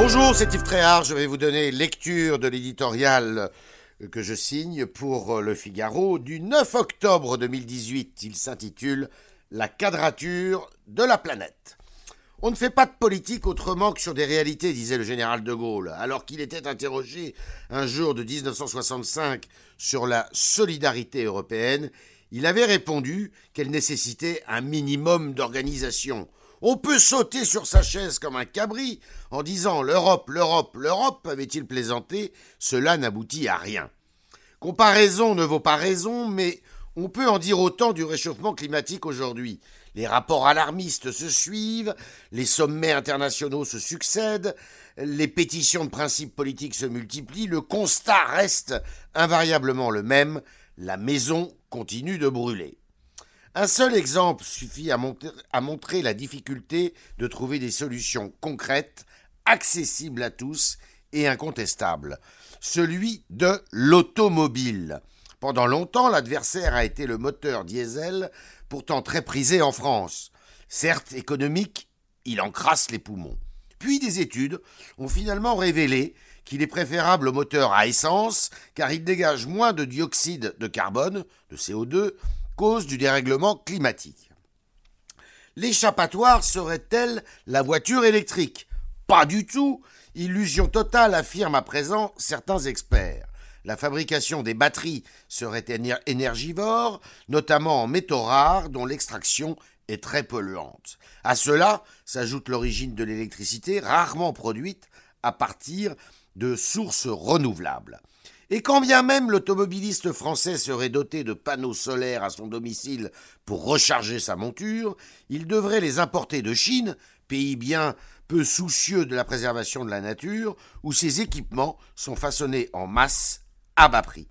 Bonjour, c'est Yves Tréhard. Je vais vous donner lecture de l'éditorial que je signe pour Le Figaro du 9 octobre 2018. Il s'intitule « La quadrature de la planète ». On ne fait pas de politique autrement que sur des réalités, disait le général de Gaulle, alors qu'il était interrogé un jour de 1965 sur la solidarité européenne. Il avait répondu qu'elle nécessitait un minimum d'organisation. On peut sauter sur sa chaise comme un cabri en disant « l'Europe, l'Europe, l'Europe », avait-il plaisanté, cela n'aboutit à rien. Comparaison ne vaut pas raison, mais on peut en dire autant du réchauffement climatique aujourd'hui. Les rapports alarmistes se suivent, les sommets internationaux se succèdent, les pétitions de principes politiques se multiplient, le constat reste invariablement le même, la maison continue de brûler. Un seul exemple suffit à montrer la difficulté de trouver des solutions concrètes, accessibles à tous et incontestables. Celui de l'automobile. Pendant longtemps, l'adversaire a été le moteur diesel, pourtant très prisé en France. Certes économique, il en crasse les poumons. Puis des études ont finalement révélé qu'il est préférable au moteur à essence, car il dégage moins de dioxyde de carbone, de CO2, cause du dérèglement climatique. L'échappatoire serait-elle la voiture électrique ? Pas du tout. Illusion totale, affirment à présent certains experts. La fabrication des batteries serait énergivore, notamment en métaux rares dont l'extraction est très polluante. À cela s'ajoute l'origine de l'électricité, rarement produite à partir de sources renouvelables. Et quand bien même l'automobiliste français serait doté de panneaux solaires à son domicile pour recharger sa monture, il devrait les importer de Chine, pays bien peu soucieux de la préservation de la nature, où ces équipements sont façonnés en masse à bas prix.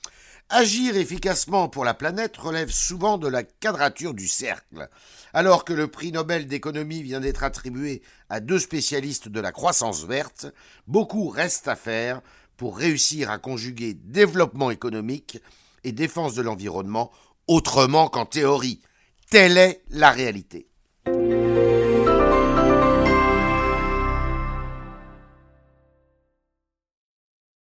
Agir efficacement pour la planète relève souvent de la quadrature du cercle. Alors que le prix Nobel d'économie vient d'être attribué à 2 spécialistes de la croissance verte, beaucoup reste à faire pour réussir à conjuguer développement économique et défense de l'environnement autrement qu'en théorie. Telle est la réalité.